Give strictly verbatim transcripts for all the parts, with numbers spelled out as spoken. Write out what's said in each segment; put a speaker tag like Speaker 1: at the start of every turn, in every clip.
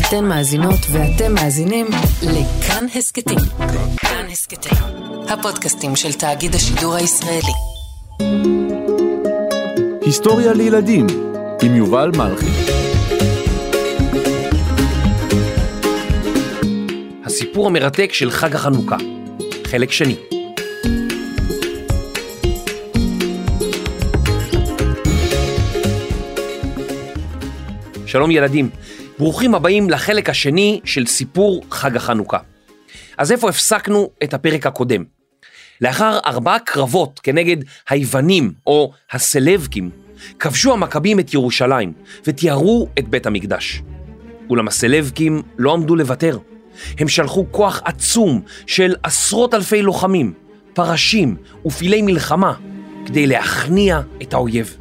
Speaker 1: אתן מאזינות ואתם מאזינים לכאן הסקטים. כאן הסקטים, הפודקאסטים של תאגיד השידור הישראלי.
Speaker 2: היסטוריה לילדים עם יובל מלכי.
Speaker 3: הסיפור המרתק של חג החנוכה, חלק שני. שלום ילדים, ברוכים הבאים לחלק השני של סיפור חג החנוכה. אז איפה הפסקנו את הפרק הקודם? לאחר ארבעה קרבות כנגד היוונים או הסלבקים, כבשו המכבים את ירושלים ותיארו את בית המקדש. אולם הסלבקים לא עמדו לוותר. הם שלחו כוח עצום של עשרות אלפי לוחמים, פרשים ופילי מלחמה כדי להכניע את האויב.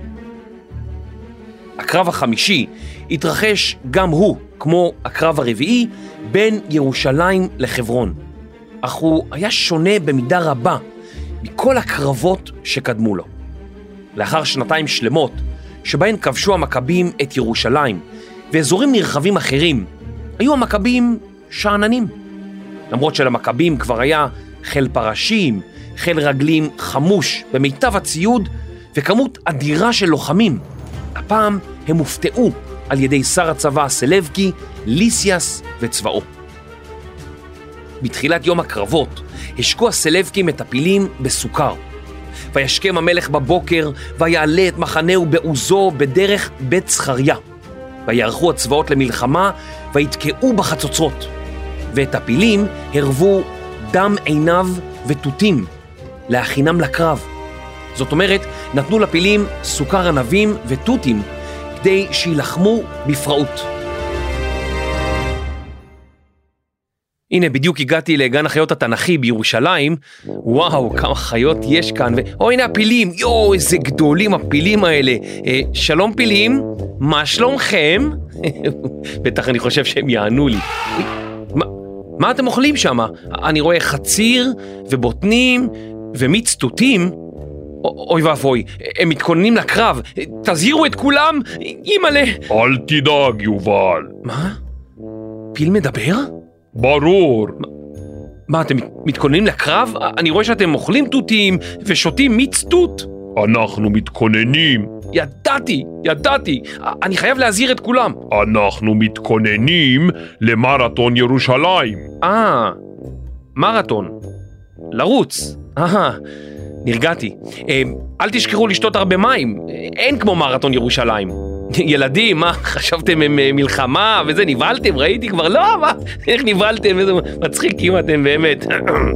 Speaker 3: הקרב החמישי התרחש גם הוא, כמו הקרב הרביעי, בין ירושלים לחברון. אך הוא היה שונה במידה רבה מכל הקרבות שקדמו לו. לאחר שנתיים שלמות, שבהן כבשו המכבים את ירושלים ואזורים נרחבים אחרים, היו המכבים שעננים. למרות שלמכבים כבר היה חיל פרשים, חיל רגלים חמוש במיטב הציוד וכמות אדירה של לוחמים, הפעם הם הופתעו על ידי שר הצבא הסלבקי ליסיאס וצבאו. בתחילת יום הקרבות השקו הסלבקים את הפילים בסוכר. וישכם המלך בבוקר ויעלה את מחנהו בעוזו בדרך בית זכריה. ויערכו הצבאות למלחמה ויתקעו בחצוצרות. ואת הפילים הרבו דם עיניו ותותים להכינם לקרב. זאת אומרת, נתנו לפילים סוכר ענבים ותותים כדי שילחמו בפראות. הנה, בדיוק הגעתי לגן החיות התנ"כי בירושלים. וואו, כמה חיות יש כאן. ו... או, הנה הפילים. יואו, איזה גדולים הפילים האלה. אה, שלום פילים, מה שלומכם? בטח אני חושב שהם יענו לי. מה, מה אתם אוכלים שם? אני רואה חציר ובוטנים ומיץ תותים. אוי ואבוי, הם מתכוננים לקרב. תזהירו את כולם, אימא'לה.
Speaker 4: אל תדאג, יובל.
Speaker 3: מה? פיל מדבר?
Speaker 4: ברור.
Speaker 3: מה, מה אתם מתכוננים לקרב? אני רואה שאתם אוכלים תותים ושותים מיץ תות.
Speaker 4: אנחנו מתכוננים.
Speaker 3: ידעתי, ידעתי. אני חייב להזהיר את כולם.
Speaker 4: אנחנו מתכוננים למרתון ירושלים.
Speaker 3: אה, מרתון. לרוץ. אהה. נרגעתי. אל תשכחו לשתות הרבה מים. אין כמו מרתון ירושלים. ילדים, מה? חשבתם הם מלחמה וזה, נבלתם? ראיתי כבר, לא, מה? איך נבלתם? איזה מצחיקים אתם באמת.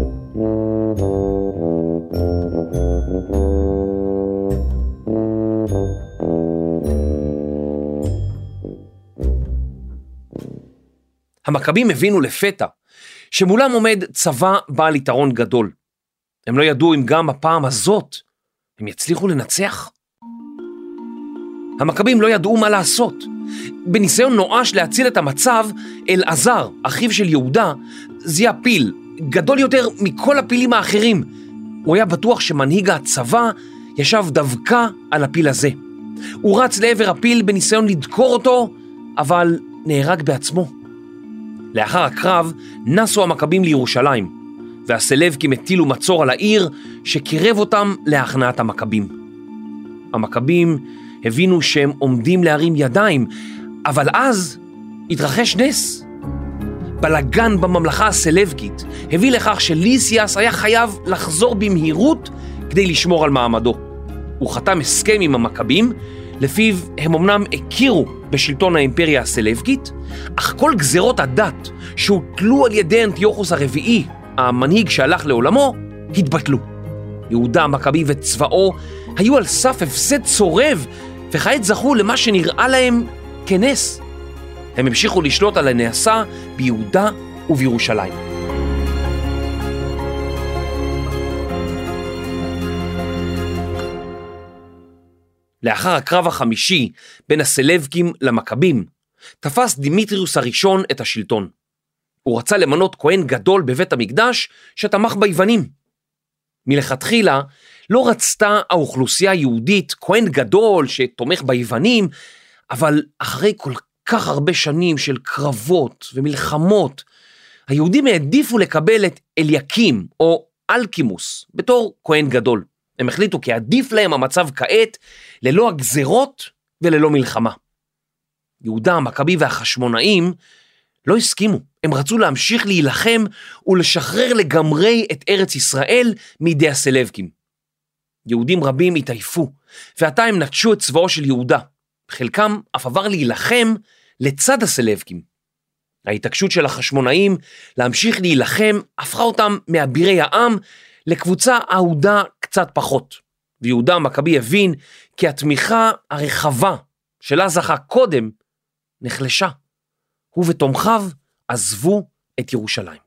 Speaker 3: המכבים הבינו לפתע שמולם עומד צבא בעל יתרון גדול. הם לא ידעו אם גם הפעם הזאת הם יצליחו לנצח. המכבים לא ידעו מה לעשות. בניסיון נואש להציל את המצב, אלעזר, אחיו של יהודה, זיהה פיל, גדול יותר מכל הפילים האחרים. הוא היה בטוח שמנהיג הצבא ישב דווקא על הפיל הזה. הוא רץ לעבר הפיל בניסיון לדקור אותו, אבל נהרג בעצמו. לאחר הקרב נסו המכבים לירושלים, והסלבקים הטילו מצור על העיר שקרב אותם להכנעת המכבים. המכבים הבינו שהם עומדים להרים ידיים, אבל אז התרחש נס. בלגן בממלכה הסלבקית הביא לכך שליסיאס היה חייב לחזור במהירות כדי לשמור על מעמדו. הוא חתם הסכם עם המכבים, לפיו הם אמנם הכירו בשלטון האימפריה הסלבקית, אך כל גזרות הדת שהוטלו על ידי אנטיוכוס הרביעי, המנהיג שהלך לעולמו, התבטלו. יהודה המכבי וצבאו היו על סף הפסד צורב, וכעת זכו למה שנראה להם כנס. הם המשיכו לשלוט על הנעשה ביהודה ובירושלים. לאחר הקרב החמישי בין הסלבקים למכבים, תפס דימיטריוס הראשון את השלטון. הוא רצה למנות כהן גדול בבית המקדש שתמך ביוונים. מלכתחילה לא רצתה האוכלוסייה היהודית כהן גדול שתומך ביוונים, אבל אחרי כל כך הרבה שנים של קרבות ומלחמות, היהודים העדיפו לקבל את אליקים או אלקימוס בתור כהן גדול. הם החליטו כי עדיף להם המצב כעת ללא הגזרות וללא מלחמה. יהודה המכבי והחשמונאים לא הסכימו. הם רצו להמשיך להילחם ולשחרר לגמרי את ארץ ישראל מידי הסלבקים. יהודים רבים התעייפו, ועתה הם נטשו את צבאו של יהודה. חלקם אף עבר להילחם לצד הסלבקים. ההתעקשות של החשמונאים להמשיך להילחם הפכה אותם מאבירי העם לקבוצה אהודה קצת פחות. ויהודה המכבי הבין כי התמיכה הרחבה שלה זכה קודם נחלשה. הוא ותומכיו עזבו את ירושלים.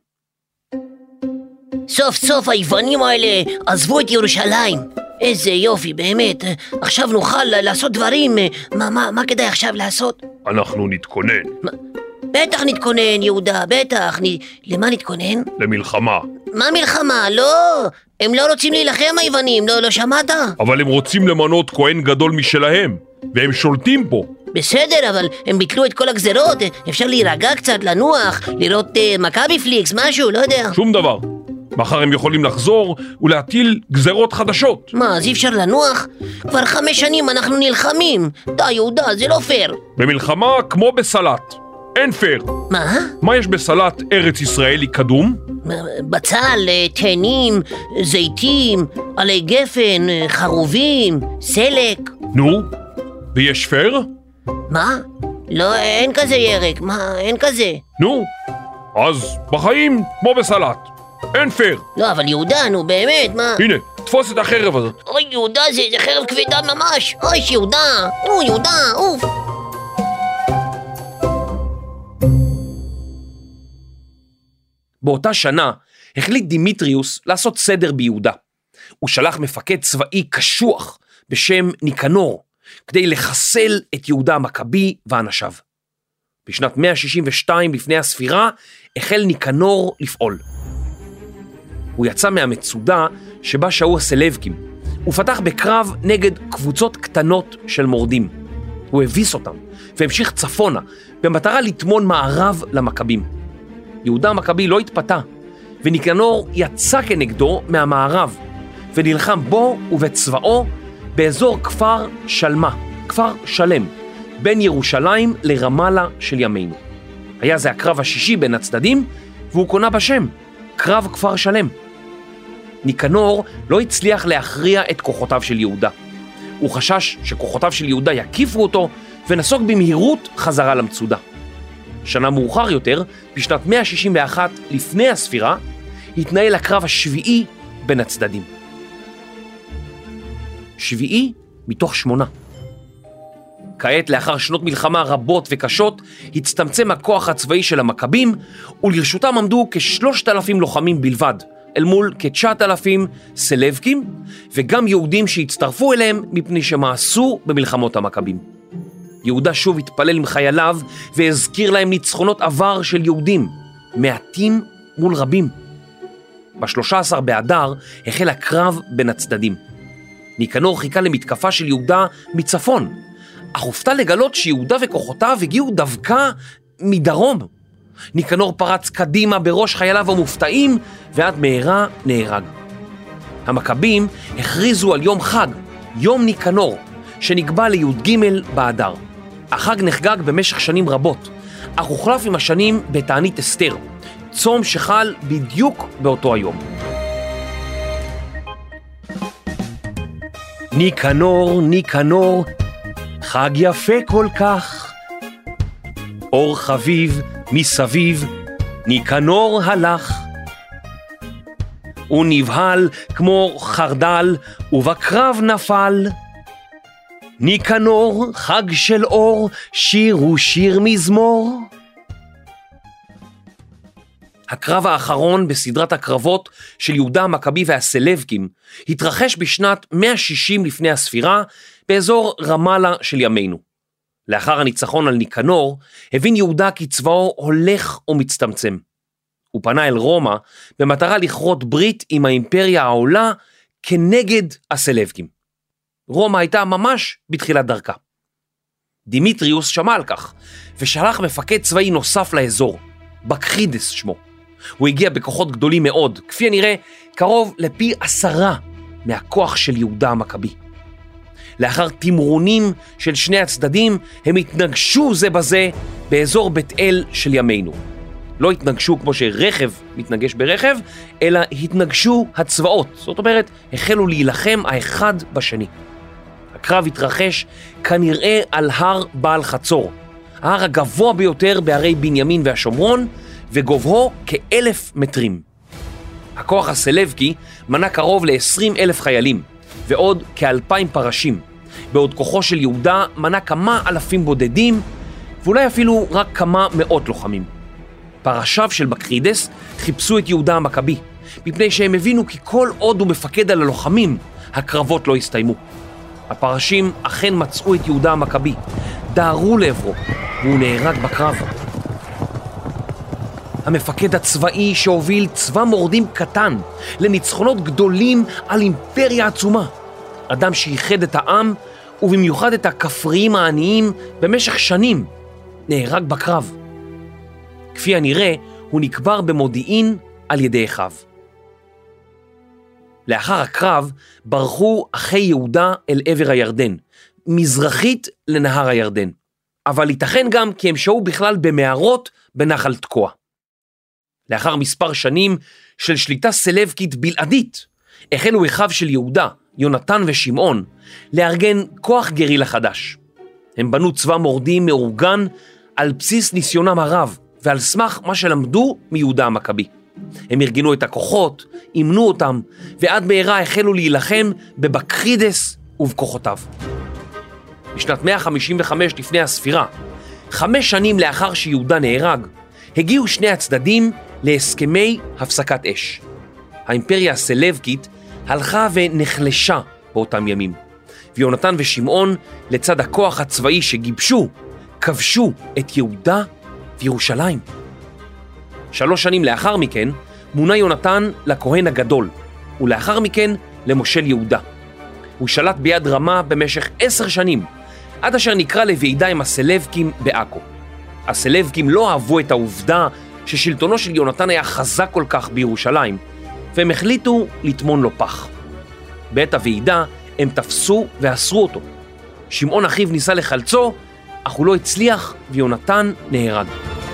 Speaker 5: סוף סוף היוונים האלה עזבו את ירושלים. איזה יופי, באמת. עכשיו נוכל לעשות דברים. מה, מה, מה כדאי עכשיו לעשות?
Speaker 4: אנחנו נתכונן.
Speaker 5: מה? בטח נתכונן, יהודה, בטח. נ... למה נתכונן?
Speaker 4: למלחמה.
Speaker 5: מה מלחמה? לא. הם לא רוצים להילחם היוונים, לא, לא שמעת?
Speaker 4: אבל הם רוצים למנות כהן גדול משלהם, והם שולטים פה.
Speaker 5: בסדר, אבל הם ביטלו את כל הגזרות. אפשר להירגע קצת, לנוח, לראות uh, מכבי פליקס, משהו, לא יודע.
Speaker 4: שום דבר. מחר הם יכולים לחזור ולהטיל גזרות חדשות.
Speaker 5: מה, אז אי אפשר לנוח? כבר חמש שנים אנחנו נלחמים. די, יהודה, זה לא פייר.
Speaker 4: במלחמה כמו בסלט. אין פייר.
Speaker 5: מה?
Speaker 4: מה יש בסלט ארץ ישראלי קדום?
Speaker 5: בצל, תאנים, זיתים, עלי גפן, חרובים, סלק.
Speaker 4: נו, ויש פייר?
Speaker 5: מה? לא, אין כזה ירק. מה, אין כזה.
Speaker 4: נו, אז בחיים כמו בסלט. אין פייר.
Speaker 5: לא, אבל יהודה, נו באמת, מה?
Speaker 4: הנה, תפוס את החרב הזאת.
Speaker 5: אוי, יהודה, זה, זה חרב כבדה ממש. אוי, שיהודה. נו, יהודה, אוף.
Speaker 3: באותה שנה החליט דימיטריוס לעשות סדר ביהודה. הוא שלח מפקד צבאי קשוח בשם ניקנור, כדי לחסל את יהודה המכבי ואנשיו. בשנת מאה שישים ושתיים לפני הספירה החל ניקנור לפעול. הוא יצא מהמצודה שבה שהו הסלבקים. הוא פתח בקרב נגד קבוצות קטנות של מורדים. הוא הביס אותם והמשיך צפונה במטרה לטמון מערב למכבים. יהודה המכבי לא התפתה, וניקנור יצא כנגדו מהמערב, ונלחם בו ובצבאו באזור כפר שלמה, כפר שלם, בין ירושלים לרמאללה של ימינו. היה זה הקרב השישי בין הצדדים, והוא קונה בשם, קרב כפר שלם. ניקנור לא הצליח להכריע את כוחותיו של יהודה. הוא חשש שכוחותיו של יהודה יקיפו אותו, ונסוג במהירות חזרה למצודה. שנה מאוחר יותר, בשנת מאה שישים ואחת לפני הספירה, התנהל הקרב השביעי בין הצדדים. שביעי מתוך שמונה. כעת, לאחר שנות מלחמה רבות וקשות, הצטמצם הכוח הצבאי של המכבים, ולרשותם עמדו כשלושת אלפים לוחמים בלבד, אל מול כתשעת אלפים סלבקים, וגם יהודים שהצטרפו אליהם מפני שמעשו במלחמות המכבים. יהודה שוב התפלל עם חייליו והזכיר להם ניצחונות עבר של יהודים, מעטים מול רבים. ב-שלושה עשר באדר החל הקרב בין הצדדים. ניקנור חיכה למתקפה של יהודה מצפון, אך הופתע לגלות שיהודה וכוחותיו הגיעו דווקא מדרום. ניקנור פרץ קדימה בראש חייליו המופתעים, ועד מהרה נהרג. המכבים הכריזו על יום חג, יום ניקנור, שנקבע לי"ג באדר. החג נחגג במשך שנים רבות, אך הוחלף עם השנים בתענית אסתר, צום שחל בדיוק באותו היום. ניקנור, ניקנור, חג יפה כל כך, אור חביב מסביב, ניקנור הלך. הוא נבהל כמו חרדל, ובקרב נפל. ניקנור, חג של אור, שיר הוא שיר מזמור. הקרב האחרון בסדרת הקרבות של יהודה המכבי והסלבקים התרחש בשנת מאה שישים לפני הספירה באזור רמאללה של ימינו. לאחר הניצחון על ניקנור, הבין יהודה כי צבאו הולך ומצטמצם. הוא פנה אל רומא במטרה לכרות ברית עם האימפריה העולה כנגד הסלבקים. רומא הייתה ממש בתחילת דרכה. דימיטריוס שמע על כך, ושלח מפקד צבאי נוסף לאזור, בקחידס שמו. הוא הגיע בכוחות גדולים מאוד, כפי הנראה קרוב לפי עשרה מהכוח של יהודה המכבי. לאחר תמרונים של שני הצדדים, הם התנגשו זה בזה באזור בית אל של ימינו. לא התנגשו כמו שרכב מתנגש ברכב, אלא התנגשו הצבאות. זאת אומרת, החלו להילחם האחד בשני. הקרב התרחש כנראה על הר בעל חצור, ההר הגבוה ביותר בערי בנימין והשומרון, וגובהו כאלף מטרים. הכוח הסלבקי מנה קרוב ל-עשרים אלף חיילים, ועוד כאלפיים פרשים, בעוד כוחו של יהודה מנה כמה אלפים בודדים, ואולי אפילו רק כמה מאות לוחמים. פרשיו של בקחידס חיפשו את יהודה המכבי, מפני שהם הבינו כי כל עוד הוא מפקד על הלוחמים, הקרבות לא הסתיימו. הפרשים אכן מצאו את יהודה המכבי, דהרו לעברו, והוא נהרג בקרב. המפקד הצבאי שהוביל צבא מורדים קטן לניצחונות גדולים על אימפריה עצומה. אדם שייחד את העם, ובמיוחד את הכפריים העניים במשך שנים, נהרג בקרב. כפי הנראה, הוא נקבר במודיעין על ידי אחיו. לאחר הקרב ברחו אחי יהודה אל עבר הירדן, מזרחית לנהר הירדן. אבל ייתכן גם כי הם שהו בכלל במערות בנחל תקוע. לאחר מספר שנים של שליטה סלבקית בלעדית, החלו אחיו של יהודה, יונתן ושמעון, לארגן כוח גרילה חדש. הם בנו צבא מורדים מאורגן על בסיס ניסיונם הרב, ועל סמך מה שלמדו מיהודה המכבי. הם ארגנו את הכוחות, אימנו אותם, ועד מהרה החלו להילחם בבקחידס ובכוחותיו. בשנת מאה חמישים וחמש לפני הספירה, חמש שנים לאחר שיהודה נהרג, הגיעו שני הצדדים להסכמי הפסקת אש. האימפריה הסלבקית הלכה ונחלשה באותם ימים, ויונתן ושמעון, לצד הכוח הצבאי שגיבשו, כבשו את יהודה וירושלים. שלוש שנים לאחר מכן מונה יונתן לכהן הגדול, ולאחר מכן למושל יהודה. הוא שלט ביד רמה במשך עשר שנים, עד אשר נקרא לוועידה עם הסלבקים בעכו. הסלבקים לא אהבו את העובדה ששלטונו של יונתן היה חזק כל כך בירושלים, והם החליטו לטמון לו פח. בעת הוועידה הם תפסו ואסרו אותו. שמעון אחיו ניסה לחלצו, אך הוא לא הצליח ויונתן נהרג.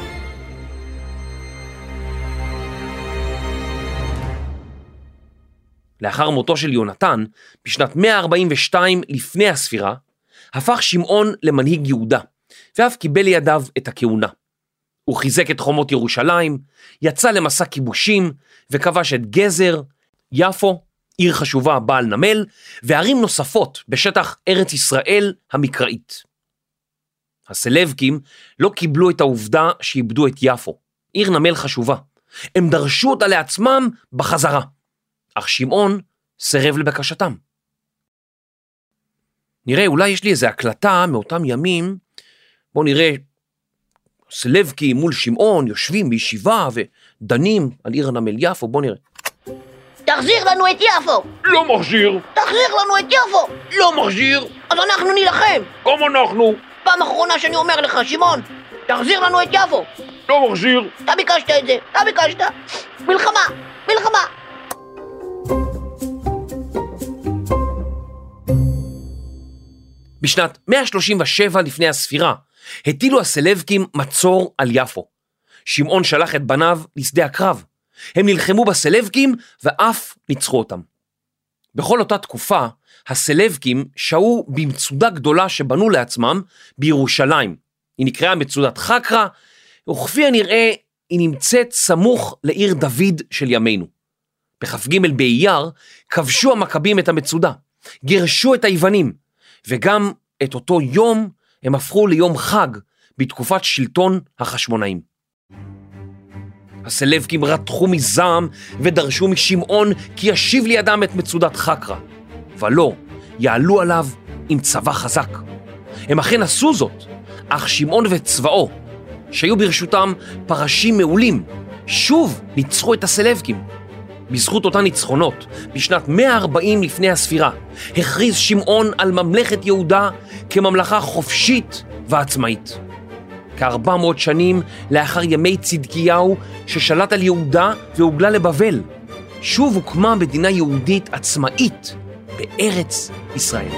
Speaker 3: לאחר מותו של יונתן, בשנת מאה ארבעים ושתיים לפני הספירה, הפך שמעון למנהיג יהודה, ואף קיבל לידיו את הכהונה. הוא חיזק את חומות ירושלים, יצא למסע כיבושים, וכבש את גזר, יפו, עיר חשובה בעל נמל, וערים נוספות בשטח ארץ ישראל המקראית. הסלבקים לא קיבלו את העובדה שאיבדו את יפו, עיר נמל חשובה. הם דרשו אותה לעצמם בחזרה, אך שמעון סירב לבקשתם. נראה, אולי יש לי איזו הקלטה מאותם ימים, בואו נראה, סלבקי מול שמעון יושבים בישיבה ודנים על עיר הנמל יפו, בואו נראה.
Speaker 5: תחזיר לנו את יפו!
Speaker 4: לא מחזיר!
Speaker 5: תחזיר לנו את יפו!
Speaker 4: לא מחזיר!
Speaker 5: אז אנחנו נילחם!
Speaker 4: גם אנחנו!
Speaker 5: פעם אחרונה שאני אומר לך, שמעון, תחזיר לנו את יפו!
Speaker 4: לא מחזיר!
Speaker 5: אתה ביקשת את זה, אתה ביקשת! מלחמה! מלחמה!
Speaker 3: בשנת מאה שלושים ושבע לפני הספירה, הטילו הסלבקים מצור על יפו. שמעון שלח את בניו לשדה הקרב. הם נלחמו בסלבקים ואף ניצחו אותם. בכל אותה תקופה, הסלבקים שהו במצודה גדולה שבנו לעצמם בירושלים. היא נקראה מצודת חקרא, וכפי הנראה היא נמצאת סמוך לעיר דוד של ימינו. בכ"ג באייר כבשו המכבים את המצודה, גירשו את היוונים, וגם את אותו יום הם הפכו ליום חג בתקופת שלטון החשמונאים. הסלבקים רתחו מזעם ודרשו משמעון כי ישיב לידם את מצודת חקרא, ולא יעלו עליו עם צבא חזק. הם אכן עשו זאת, אך שמעון וצבאו, שהיו ברשותם פרשים מעולים, שוב ניצחו את הסלבקים. בזכות אותן ניצחונות, בשנת מאה וארבעים לפני הספירה, הכריז שמעון על ממלכת יהודה כממלכה חופשית ועצמאית. כארבע מאות שנים לאחר ימי צדקיהו ששלט על יהודה והוגלה לבבל, שוב הוקמה מדינה יהודית עצמאית בארץ ישראל.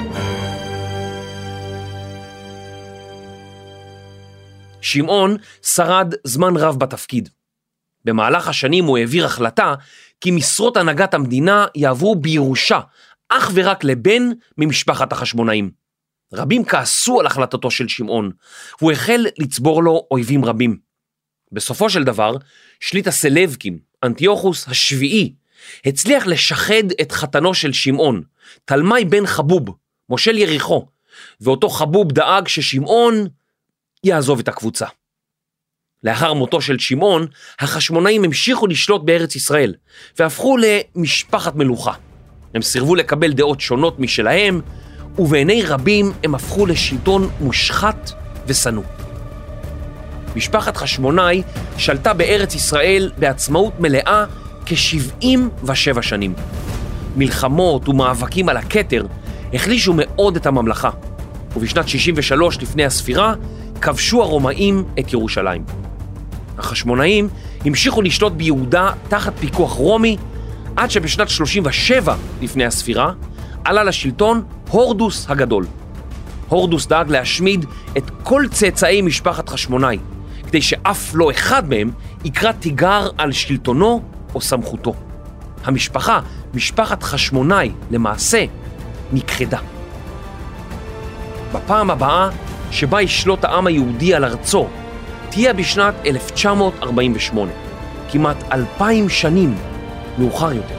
Speaker 3: שמעון שרד זמן רב בתפקיד. במהלך השנים הוא העביר החלטה כי משרות הנהגת המדינה יעברו בירושה אך ורק לבן ממשפחת החשמונאים. רבים כעסו על החלטתו של שמעון, הוא החל לצבור לו אויבים רבים. בסופו של דבר, שליט הסלבקים, אנטיוכוס השביעי, הצליח לשחד את חתנו של שמעון, תלמי בן חבוב, מושל יריחו, ואותו חבוב דאג ששמעון יעזוב את הקבוצה. לאחר מותו של שמעון, החשמונאים המשיכו לשלוט בארץ ישראל, והפכו למשפחת מלוכה. הם סירבו לקבל דעות שונות משלהם, ובעיני רבים הם הפכו לשלטון מושחת וסנוע. משפחת חשמונאי שלטה בארץ ישראל בעצמאות מלאה כ-שבעים ושבע שנים. מלחמות ומאבקים על הכתר החלישו מאוד את הממלכה, ובשנת שישים ושלוש לפני הספירה כבשו הרומאים את ירושלים. החשמונאים המשיכו לשלוט ביהודה תחת פיקוח רומי, עד שבשנת שלושים ושבע לפני הספירה עלה לשלטון הורדוס הגדול. הורדוס דאג להשמיד את כל צאצאי משפחת חשמונאי, כדי שאף לא אחד מהם יקרא תיגר על שלטונו או סמכותו. המשפחה, משפחת חשמונאי, למעשה נכחדה. בפעם הבאה שבה ישלוט העם היהודי על ארצו, תהיה בשנת אלף תשע מאות ארבעים ושמונה, כמעט אלפיים שנים מאוחר יותר.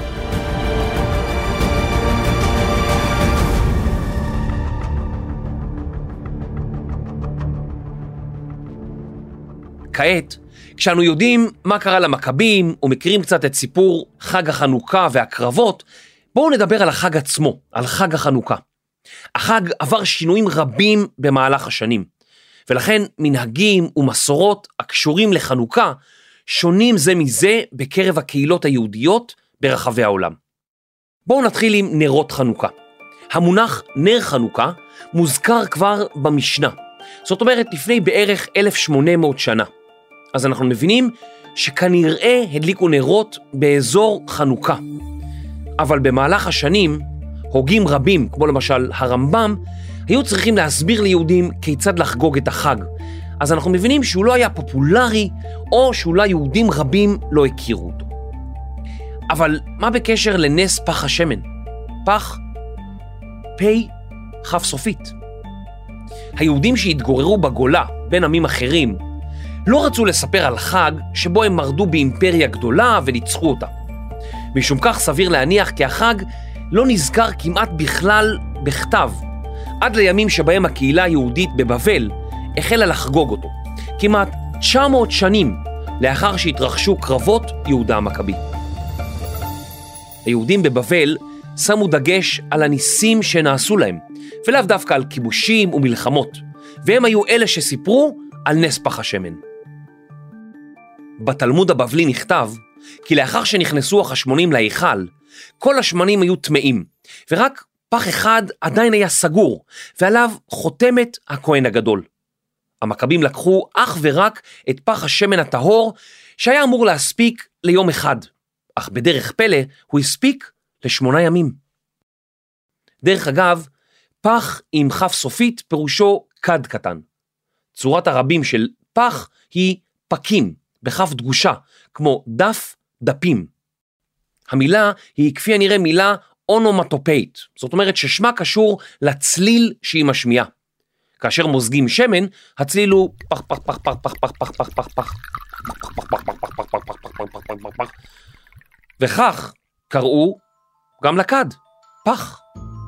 Speaker 3: כעת, כשאנו יודעים מה קרה למכבים ומכירים קצת את סיפור חג החנוכה והקרבות, בואו נדבר על החג עצמו, על חג החנוכה. החג עבר שינויים רבים במהלך השנים, ולכן מנהגים ומסורות הקשורים לחנוכה שונים זה מזה בקרב הקהילות היהודיות ברחבי העולם. בואו נתחיל עם נרות חנוכה. המונח נר חנוכה מוזכר כבר במשנה, זאת אומרת לפני בערך אלף ושמונה מאות שנה. אז אנחנו מבינים שכנראה הדליקו נרות באזור חנוכה. אבל במהלך השנים, הוגים רבים, כמו למשל הרמב"ם, היו צריכים להסביר ליהודים כיצד לחגוג את החג. אז אנחנו מבינים שהוא לא היה פופולרי, או שאולי יהודים רבים לא הכירו אותו. אבל מה בקשר לנס פח השמן? פח, פי, חף סופית. היהודים שהתגוררו בגולה בין עמים אחרים, לא רצו לספר על חג שבו הם מרדו באימפריה גדולה וניצחו אותה. משום כך סביר להניח כי החג לא נזכר כמעט בכלל בכתב, עד לימים שבהם הקהילה היהודית בבבל החלה לחגוג אותו, כמעט תשע מאות שנים לאחר שהתרחשו קרבות יהודה המכבי. היהודים בבבל שמו דגש על הניסים שנעשו להם, ולאו דווקא על כיבושים ומלחמות, והם היו אלה שסיפרו על נס פח השמן. בתלמוד הבבלי נכתב כי לאחר שנכנסו החשמונים להיכל, כל השמנים היו טמאים, ורק פח אחד עדיין היה סגור, ועליו חותמת הכהן הגדול. המכבים לקחו אך ורק את פח השמן הטהור, שהיה אמור להספיק ליום אחד, אך בדרך פלא הוא הספיק לשמונה ימים. דרך אגב, פח עם חף סופית פירושו כד קטן. צורת הרבים של פח היא פקים, בכף דגושה, כמו דף, דפים. המילה היא כפי הנראה מילה אונומטופאית, זאת אומרת ששמה קשור לצליל שהיא משמיעה. כאשר מוזגים שמן, הצליל הוא פח פח פח פח פח פח פח פח פח פח פח. וכך קראו גם לכד, פח.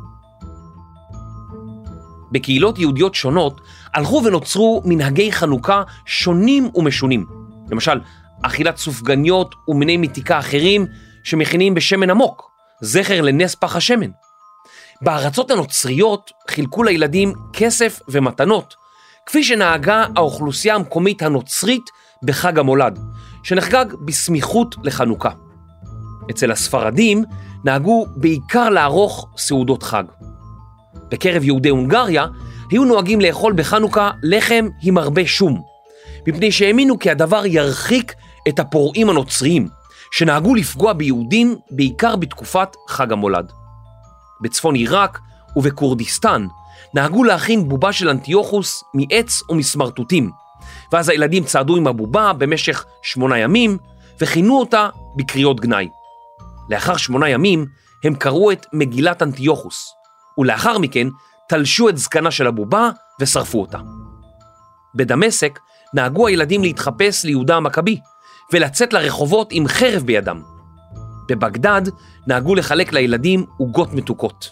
Speaker 3: בקהילות יהודיות שונות הלכו ונוצרו מנהגי חנוכה שונים ומשונים. למשל, אכילת סופגניות ומיני מתיקה אחרים שמכינים בשמן עמוק, זכר לנס פח השמן. בארצות הנוצריות חילקו לילדים כסף ומתנות, כפי שנהגה האוכלוסייה המקומית הנוצרית בחג המולד, שנחגג בסמיכות לחנוכה. אצל הספרדים נהגו בעיקר לערוך סעודות חג. בקרב יהודי הונגריה היו נוהגים לאכול בחנוכה לחם עם הרבה שום, מפני שהאמינו כי הדבר ירחיק את הפורעים הנוצריים, שנהגו לפגוע ביהודים בעיקר בתקופת חג המולד. בצפון עיראק ובקורדיסטן נהגו להכין בובה של אנטיוכוס מעץ ומסמרטוטים, ואז הילדים צעדו עם הבובה במשך שמונה ימים, וכינו אותה בקריאות גנאי. לאחר שמונה ימים הם קראו את מגילת אנטיוכוס, ולאחר מכן תלשו את זקנה של הבובה ושרפו אותה. בדמשק נהגו הילדים להתחפש ליהודה המכבי, ולצאת לרחובות עם חרב בידם. בבגדד נהגו לחלק לילדים עוגות מתוקות.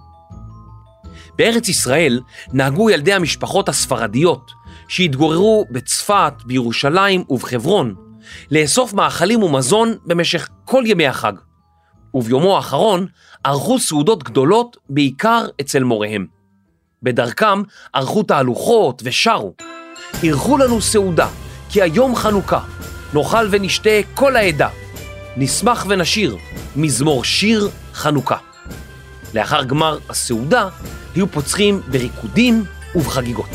Speaker 3: בארץ ישראל נהגו ילדי המשפחות הספרדיות, שהתגוררו בצפת, בירושלים ובחברון, לאסוף מאכלים ומזון במשך כל ימי החג, וביומו האחרון ערכו סעודות גדולות בעיקר אצל מוריהם. בדרכם ערכו תהלוכות ושרו, ערכו לנו סעודה, כי היום חנוכה, נאכל ונשתה כל העדה, נשמח ונשיר, מזמור שיר חנוכה. לאחר גמר הסעודה, היו פוצחים בריקודים ובחגיגות.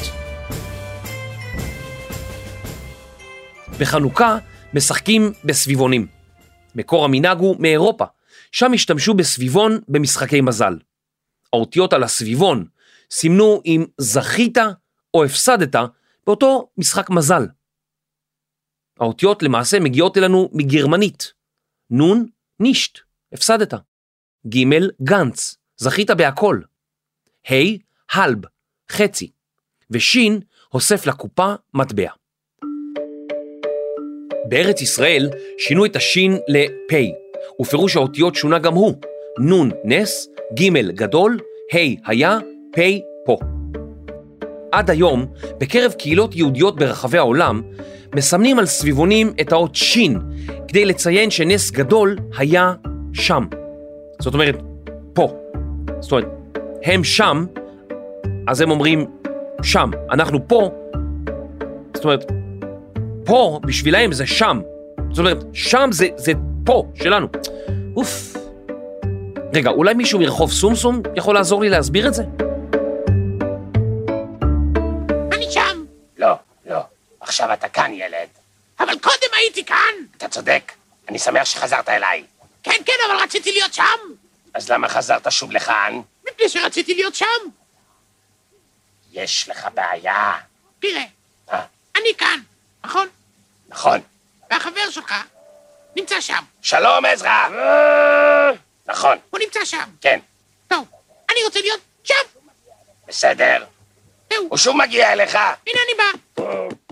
Speaker 3: בחנוכה משחקים בסביבונים. מקור המנהג הוא מאירופה, שם השתמשו בסביבון במשחקי מזל. האותיות על הסביבון סימנו אם זכית או הפסדת באותו משחק מזל. האותיות למעשה מגיעות אלינו מגרמנית. נון, נישט, הפסדת. ג' גנץ, זכית בהכל. ה' הלב, חצי. ושין, הוסף לקופה מטבע. בארץ ישראל שינו את השין לפי, ופירוש האותיות שונה גם הוא. נון נס, ג' גדול, ה' היה, פי פה. עד היום, בקרב קהילות יהודיות ברחבי העולם, מסמנים על סביבונים את האות שין, כדי לציין שנס גדול היה שם. זאת אומרת, פה. זאת אומרת, הם שם, אז הם אומרים שם. אנחנו פה, זאת אומרת, פה בשבילהם זה שם. זאת אומרת, שם זה, זה פה שלנו. אוף. רגע, אולי מישהו מרחוב סומסום יכול לעזור לי להסביר את זה?
Speaker 6: אני שם.
Speaker 7: לא, לא. עכשיו אתה כאן, ילד.
Speaker 6: אבל קודם הייתי כאן.
Speaker 7: אתה צודק. אני שמח שחזרת אליי.
Speaker 6: כן, כן, אבל רציתי להיות שם.
Speaker 7: אז למה חזרת שוב לכאן?
Speaker 6: מפני שרציתי להיות שם.
Speaker 7: יש לך בעיה.
Speaker 6: תראה,
Speaker 7: אה?
Speaker 6: אני כאן, נכון?
Speaker 7: נכון.
Speaker 6: והחבר שלך נמצא שם.
Speaker 7: שלום, עזרא. נכון.
Speaker 6: הוא נמצא שם.
Speaker 7: כן.
Speaker 6: טוב, אני רוצה להיות שם.
Speaker 7: בסדר.
Speaker 6: זהו.
Speaker 7: הוא שוב מגיע אליך.
Speaker 6: הנה אני בא.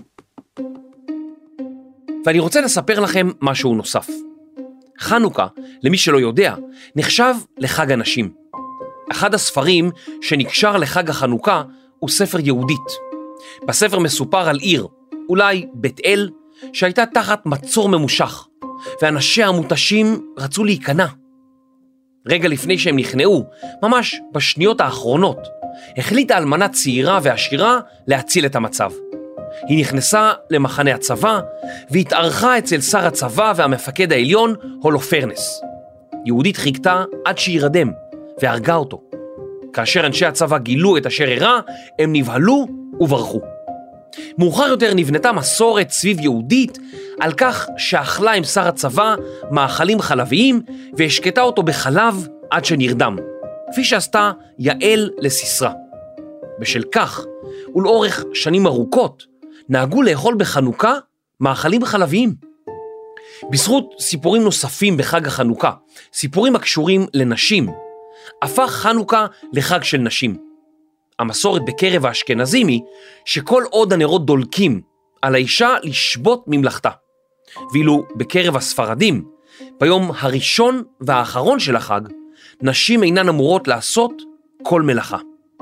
Speaker 3: ואני רוצה לספר לכם משהו נוסף. חנוכה, למי שלא יודע, נחשב לחג הנשים. אחד הספרים שנקשר לחג החנוכה הוא ספר יהודית. בספר מסופר על עיר, אולי בית אל, שהייתה תחת מצור ממושך, ואנשיה המותשים רצו להיכנע. רגע לפני שהם נכנעו, ממש בשניות האחרונות, החליטה אלמנה צעירה ועשירה להציל את המצב. היא נכנסה למחנה הצבא, והתארחה אצל שר הצבא והמפקד העליון הולופרנס. יהודית חיכתה עד שירדם, והרגה אותו. כאשר אנשי הצבא גילו את אשר אירע, הם נבהלו וברחו. מאוחר יותר נבנתה מסורת סביב יהודית על כך שאכלה עם שר הצבא מאכלים חלביים והשקטה אותו בחלב עד שנרדם, כפי שעשתה יעל לסיסרה. בשל כך, ולאורך שנים ארוכות, נהגו לאכול בחנוכה מאכלים חלביים. בזכות סיפורים נוספים בחג החנוכה, סיפורים הקשורים לנשים, הפך חנוכה לחג של נשים. המסורת בקרב האשכנזים היא שכל עוד הנרות דולקים על האישה לשבות ממלכתה. ואילו בקרב הספרדים, ביום הראשון והאחרון של החג, נשים אינן אמורות לעשות כל מלאכה.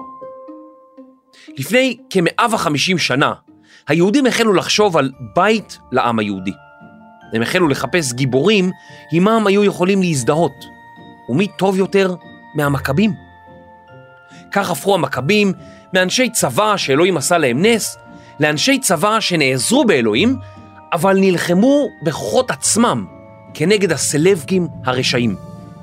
Speaker 3: לפני כ-מאה וחמישים שנה, היהודים החלו לחשוב על בית לעם היהודי. הם החלו לחפש גיבורים עמם היו יכולים להזדהות. ומי טוב יותר מהמכבים? כך הפכו המכבים מאנשי צבא שאלוהים עשה להם נס, לאנשי צבא שנעזרו באלוהים, אבל נלחמו בכוחות עצמם כנגד הסלבקים הרשעים.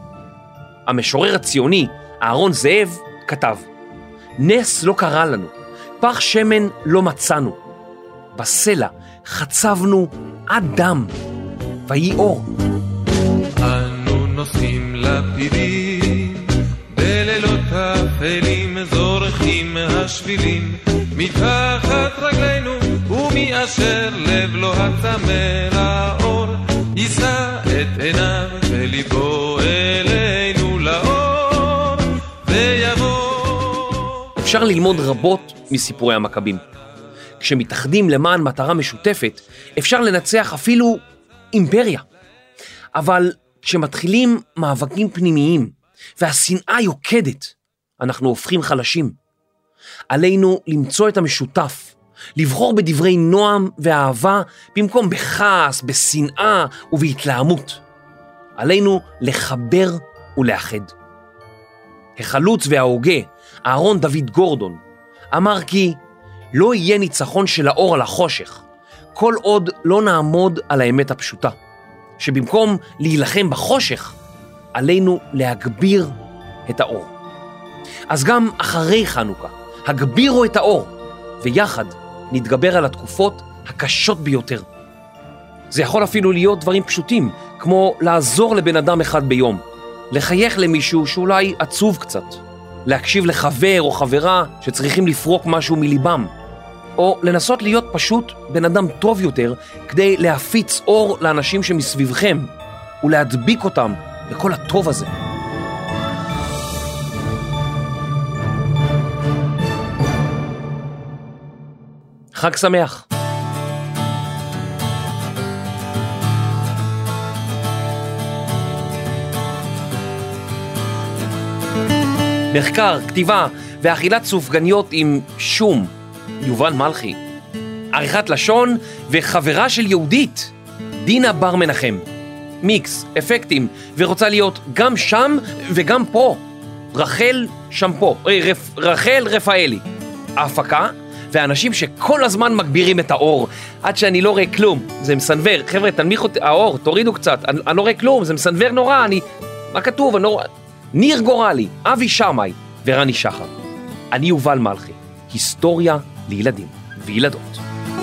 Speaker 3: המשורר הציוני, אהרון זאב, כתב, נס לא קרה לנו, פח שמן לא מצאנו. בסלע חצבנו עד דם. ויהי אור.
Speaker 8: אנו נושאים לפידים, בלילות אפלים זורחים השבילים, מתחת רגלינו ומאשר לב לא הצמא לאור, יישא את עיניו וליבו אלינו לאור ויבוא.
Speaker 3: אפשר ללמוד רבות מסיפורי המכבים. כשמתאחדים למען מטרה משותפת, אפשר לנצח אפילו אימפריה. אבל כשמתחילים מאבקים פנימיים והשנאה יוקדת, אנחנו הופכים חלשים. עלינו למצוא את המשותף, לבחור בדברי נועם ואהבה במקום בכעס, בשנאה ובהתלהמות. עלינו לחבר ולאחד. החלוץ וההוגה, אהרון דוד גורדון, אמר כי לא יהיה ניצחון של האור על החושך, כל עוד לא נעמוד על האמת הפשוטה, שבמקום להילחם בחושך, עלינו להגביר את האור. אז גם אחרי חנוכה, הגבירו את האור, ויחד נתגבר על התקופות הקשות ביותר. זה יכול אפילו להיות דברים פשוטים, כמו לעזור לבן אדם אחד ביום, לחייך למישהו שאולי עצוב קצת, להקשיב לחבר או חברה שצריכים לפרוק משהו מליבם, או לנסות להיות פשוט בן אדם טוב יותר כדי להפיץ אור לאנשים שמסביבכם ולהדביק אותם לכל הטוב הזה. חג שמח. מחקר, כתיבה ואכילת סופגניות עם שום, יובל מלכי. עריכת לשון וחברה של יהודית, דינה בר מנחם. מיקס, אפקטים, ורוצה להיות גם שם וגם פה. רחל שמפו, רפ, רחל רפאלי. ההפקה ואנשים שכל הזמן מגבירים את האור, עד שאני לא רואה כלום. זה מסנבר, חבר'ה, תנמיכו את האור, תורידו קצת, אני, אני לא רואה כלום, זה מסנבר נורא, אני... מה כתוב? אני לא... ניר גורלי, אבי שמאי ורני שחר. אני יובל מלכי, היסטוריה לילדים וילדות.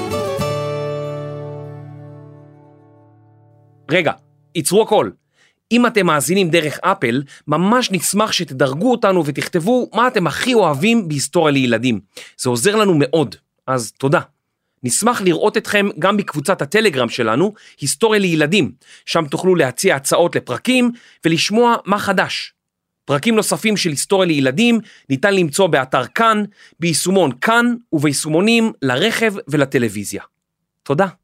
Speaker 3: רגע, יצרו הכל. אם אתם מאזינים דרך אפל, ממש נשמח שתדרגו אותנו ותכתבו מה אתם הכי אוהבים בהיסטוריה לילדים. זה עוזר לנו מאוד, אז תודה. נשמח לראות אתכם גם בקבוצת הטלגרם שלנו, היסטוריה לילדים, שם תוכלו להציע הצעות לפרקים ולשמוע מה חדש. פרקים נוספים של היסטוריה לילדים ניתן למצוא באתר כאן, ביישומון כאן וביישומונים לרכב ולטלוויזיה. תודה.